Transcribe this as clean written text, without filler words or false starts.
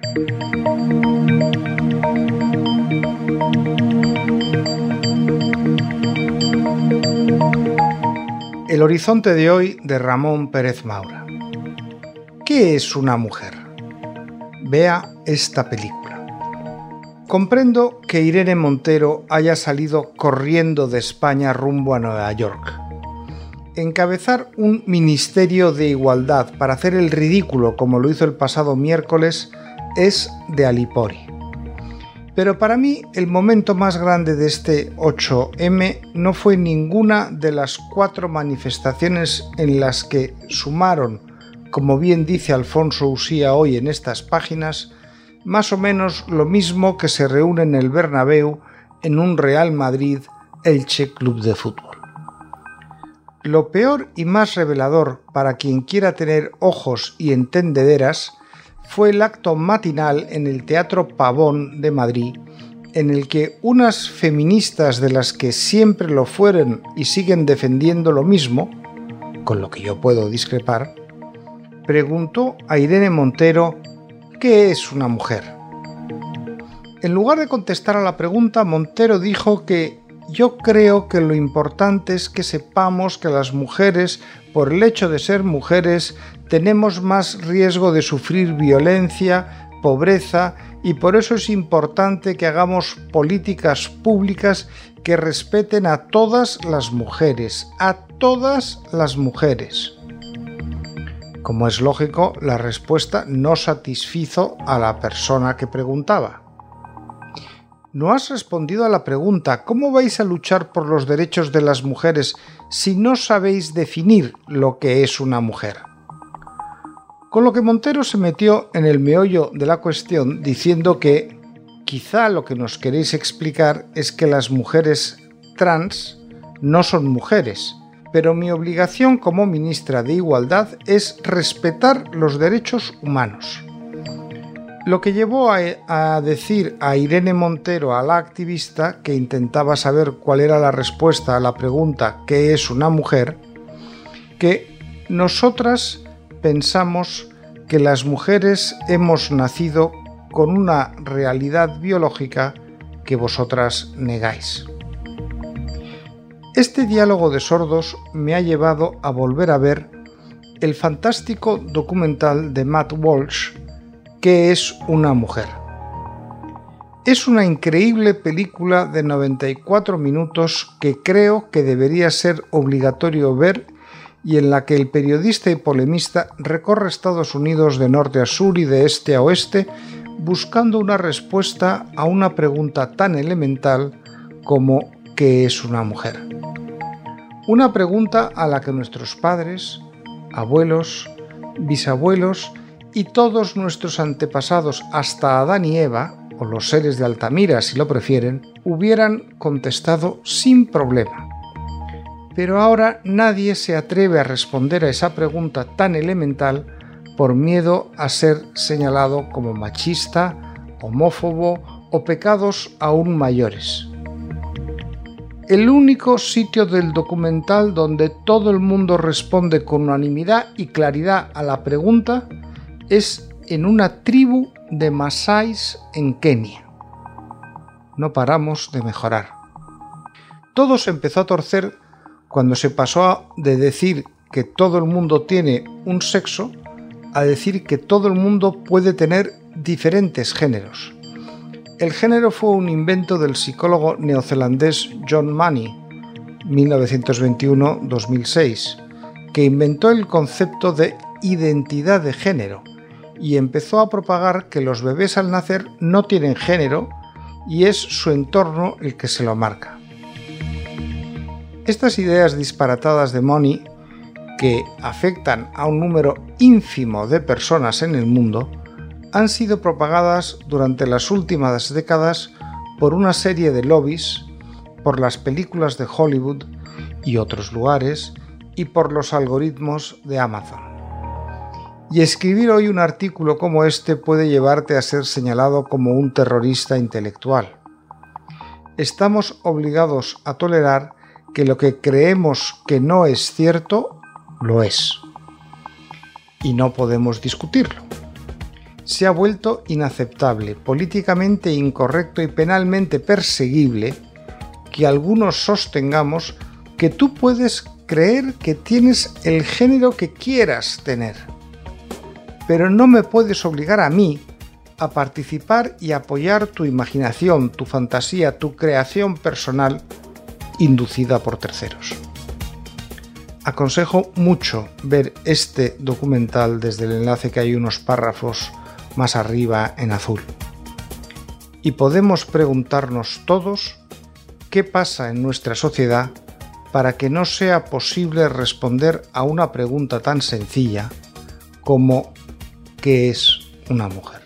El horizonte de hoy de Ramón Pérez Maura. ¿Qué es una mujer? Vea esta película. Comprendo que Irene Montero haya salido corriendo de España rumbo a Nueva York. Encabezar un ministerio de igualdad para hacer el ridículo como lo hizo el pasado miércoles es de Alipori. Pero para mí el momento más grande de este 8M no fue ninguna de las 4 manifestaciones en las que sumaron, como bien dice Alfonso Usía hoy en estas páginas, más o menos lo mismo que se reúne en el Bernabéu en un Real Madrid-Elche Club de Fútbol. Lo peor y más revelador para quien quiera tener ojos y entendederas fue el acto matinal en el Teatro Pavón de Madrid, en el que unas feministas de las que siempre lo fueron y siguen defendiendo lo mismo, con lo que yo puedo discrepar, preguntó a Irene Montero ¿qué es una mujer? En lugar de contestar a la pregunta, Montero dijo que yo creo que lo importante es que sepamos que las mujeres, por el hecho de ser mujeres, tenemos más riesgo de sufrir violencia, pobreza, y por eso es importante que hagamos políticas públicas que respeten a todas las mujeres, Como es lógico, la respuesta no satisfizo a la persona que preguntaba. No has respondido a la pregunta ¿cómo vais a luchar por los derechos de las mujeres si no sabéis definir lo que es una mujer? Con lo que Montero se metió en el meollo de la cuestión diciendo que quizá lo que nos queréis explicar es que las mujeres trans no son mujeres, pero mi obligación como ministra de Igualdad es respetar los derechos humanos. Lo que llevó a decir a Irene Montero, a la activista, que intentaba saber cuál era la respuesta a la pregunta ¿qué es una mujer?, que nosotras pensamos que las mujeres hemos nacido con una realidad biológica que vosotras negáis. Este diálogo de sordos me ha llevado a volver a ver el fantástico documental de Matt Walsh, ¿Qué es una mujer? Es una increíble película de 94 minutos que creo que debería ser obligatorio ver y en la que el periodista y polemista recorre Estados Unidos de norte a sur y de este a oeste buscando una respuesta a una pregunta tan elemental como ¿qué es una mujer? Una pregunta a la que nuestros padres, abuelos, bisabuelos y todos nuestros antepasados hasta Adán y Eva, o los seres de Altamira si lo prefieren, hubieran contestado sin problema. Pero ahora nadie se atreve a responder a esa pregunta tan elemental por miedo a ser señalado como machista, homófobo o pecados aún mayores. El único sitio del documental donde todo el mundo responde con unanimidad y claridad a la pregunta es en una tribu de masáis en Kenia. No paramos de mejorar. Todo se empezó a torcer cuando se pasó de decir que todo el mundo tiene un sexo a decir que todo el mundo puede tener diferentes géneros. El género fue un invento del psicólogo neozelandés John Money, 1921-2006, que inventó el concepto de identidad de género y empezó a propagar que los bebés al nacer no tienen género y es su entorno el que se lo marca. Estas ideas disparatadas de Money, que afectan a un número ínfimo de personas en el mundo, han sido propagadas durante las últimas décadas por una serie de lobbies, por las películas de Hollywood y otros lugares, y por los algoritmos de Amazon. Y escribir hoy un artículo como este puede llevarte a ser señalado como un terrorista intelectual. Estamos obligados a tolerar que lo que creemos que no es cierto, lo es. Y no podemos discutirlo. se ha vuelto inaceptable, políticamente incorrecto y penalmente perseguible que algunos sostengamos que tú puedes creer que tienes el género que quieras tener, pero no me puedes obligar a mí a participar y apoyar tu imaginación, tu fantasía, tu creación personal inducida por terceros. Aconsejo mucho ver este documental desde el enlace que hay unos párrafos más arriba en azul. Y podemos preguntarnos todos qué pasa en nuestra sociedad para que no sea posible responder a una pregunta tan sencilla como ¿qué es una mujer?